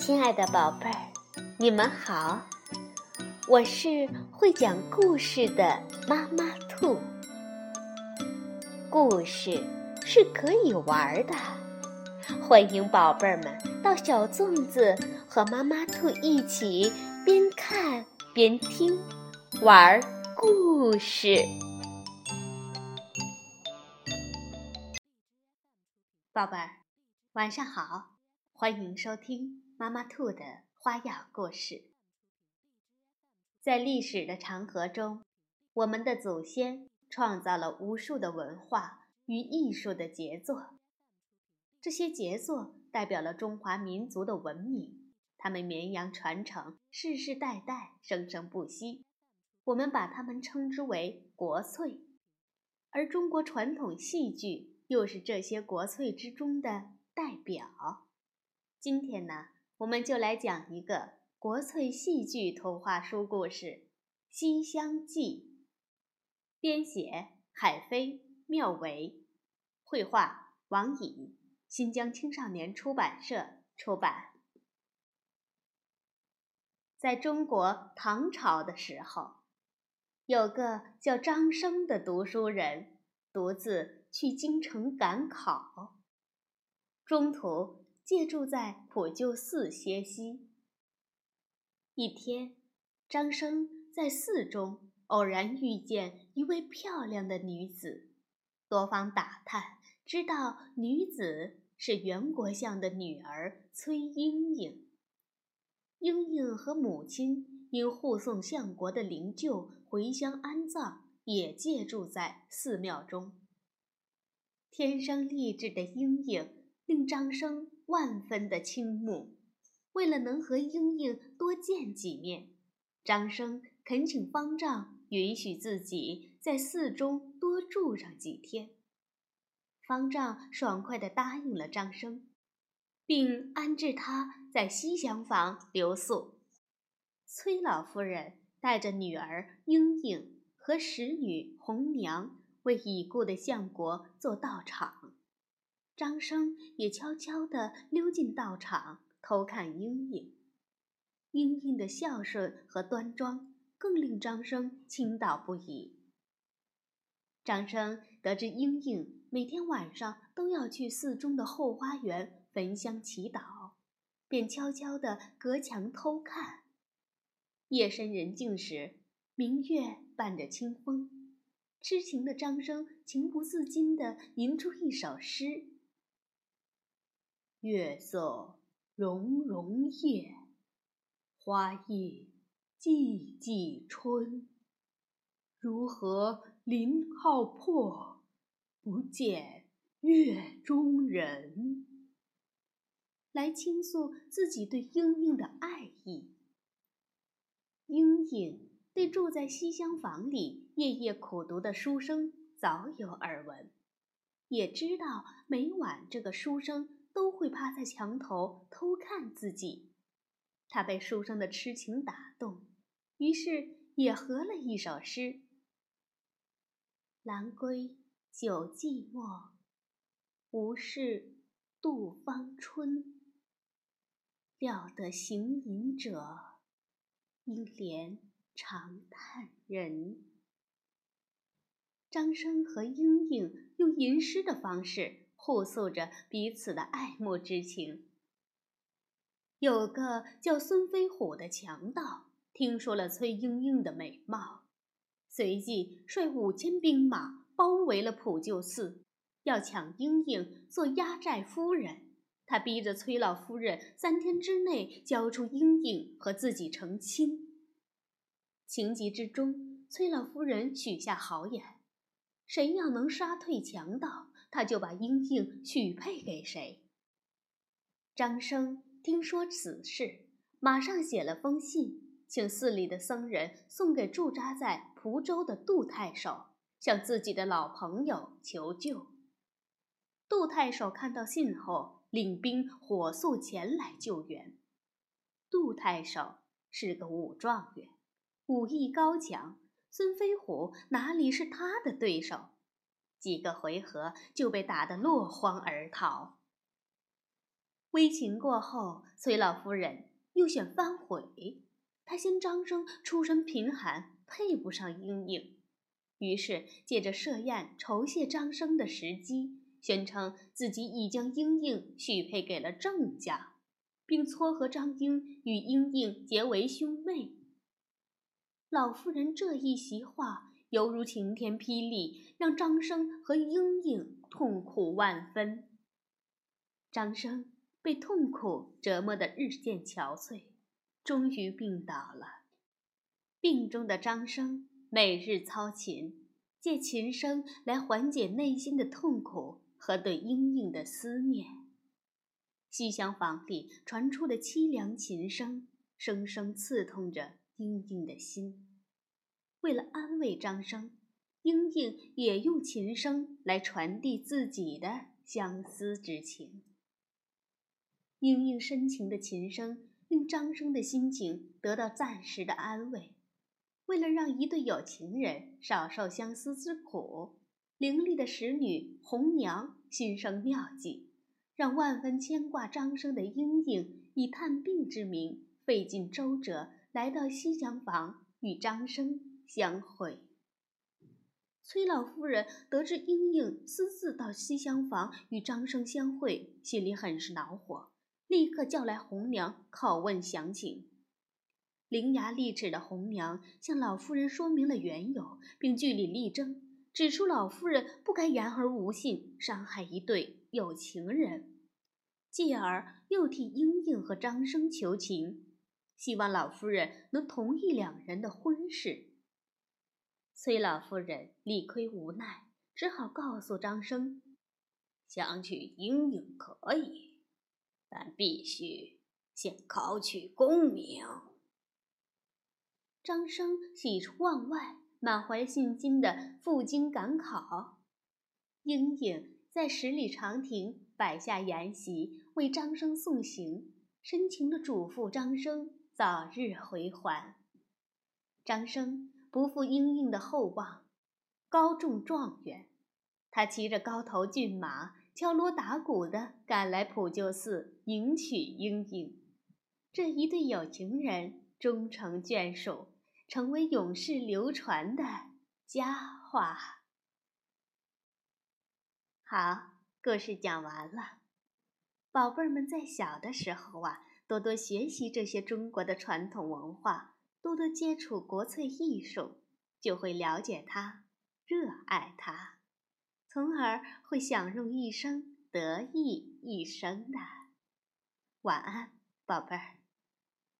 亲爱的宝贝儿，你们好，我是会讲故事的妈妈兔。故事是可以玩的，欢迎宝贝儿们到小粽子和妈妈兔一起边看边听，玩故事。宝贝儿，晚上好，欢迎收听妈妈兔的花样故事。在历史的长河中，我们的祖先创造了无数的文化与艺术的杰作。这些杰作代表了中华民族的文明，它们绵扬传承，世世代代生生不息。我们把它们称之为国粹，而中国传统戏剧又是这些国粹之中的代表。今天呢，我们就来讲一个国粹戏剧童话书故事《西厢记》，编写海飞、妙维，绘画王乙，新疆青少年出版社出版。在中国唐朝的时候，有个叫张生的读书人，独自去京城赶考，中途借住在普救寺歇息。一天，张生在寺中偶然遇见一位漂亮的女子，多方打探，知道女子是袁国相的女儿崔莺莺。莺莺和母亲因护送相国的灵柩回乡安葬，也借住在寺庙中。天生丽质的莺莺令张生万分的倾慕，为了能和莺莺多见几面，张生恳请方丈允许自己在寺中多住上几天。方丈爽快地答应了张生，并安置他在西厢房留宿。崔老夫人带着女儿莺莺和使女红娘为已故的相国做道场，张生也悄悄地溜进道场偷看莺莺。莺莺的孝顺和端庄更令张生倾倒不已。张生得知莺莺每天晚上都要去寺中的后花园焚香祈祷，便悄悄地隔墙偷看。夜深人静时，明月伴着清风，痴情的张生情不自禁地吟出一首诗：月色融融夜，花叶寂寂春。如何林浩破，不见月中人？来倾诉自己对莺莺的爱意。莺莺对住在西厢房里夜夜苦读的书生早有耳闻，也知道每晚这个书生都会趴在墙头偷看自己。他被书生的痴情打动，于是也合了一首诗：兰归久寂寞，无事度芳春。料得行吟者，应怜长叹人。张生和莺莺用吟诗的方式互诉着彼此的爱慕之情。有个叫孙飞虎的强盗听说了崔莺莺的美貌，随即率5000兵马包围了普救寺，要抢莺莺做压寨夫人。他逼着崔老夫人3天之内交出莺莺和自己成亲。情急之中，崔老夫人许下豪言，谁要能杀退强盗，他就把莺莺许配给谁。张生听说此事，马上写了封信，请寺里的僧人送给驻扎在蒲州的杜太守，向自己的老朋友求救。杜太守看到信后，领兵火速前来救援。杜太守是个武状元，武艺高强，孙飞虎哪里是他的对手？几个回合就被打得落荒而逃。 微情过后，崔老夫人又选反悔。她嫌张生出身贫寒，配不上莺莺，于是借着设宴酬谢张生的时机，宣称自己已将莺莺许配给了郑家，并撮合张英与莺莺结为兄妹。老夫人这一席话犹如晴天霹雳，让张生和莺莺痛苦万分。张生被痛苦折磨得日渐憔悴，终于病倒了。病中的张生每日操琴，借琴声来缓解内心的痛苦和对莺莺的思念。西厢房里传出了凄凉琴声，声声刺痛着莺莺的心。为了安慰张生，莺莺也用琴声来传递自己的相思之情。莺莺深情的琴声令张生的心情得到暂时的安慰。为了让一对有情人少受相思之苦，伶俐的使女红娘心生妙计，让万分牵挂张生的莺莺以探病之名，费尽周折来到西厢房与张生相会。崔老夫人得知莺莺私自到西厢房与张生相会，心里很是恼火，立刻叫来红娘拷问详情。伶牙俐齿的红娘向老夫人说明了缘由，并据理力争，指出老夫人不该言而无信，伤害一对有情人，继而又替莺莺和张生求情，希望老夫人能同意两人的婚事。崔老夫人理亏无奈，只好告诉张生，想娶莺莺可以，但必须先考取功名。张生喜出望外，满怀信心地赴京赶考。莺莺在十里长亭摆下筵席，为张生送行，深情地嘱咐张生早日回还。张生不负莺莺的厚望，高中状元。他骑着高头骏马，敲锣打鼓地赶来普救寺迎娶莺莺。这一对有情人终成眷属，成为永世流传的佳话。好，故事讲完了。宝贝儿们在小的时候多多学习这些中国的传统文化，多多接触国粹艺术，就会了解它，热爱它，从而会享用一生，得意一生的。晚安，宝贝儿。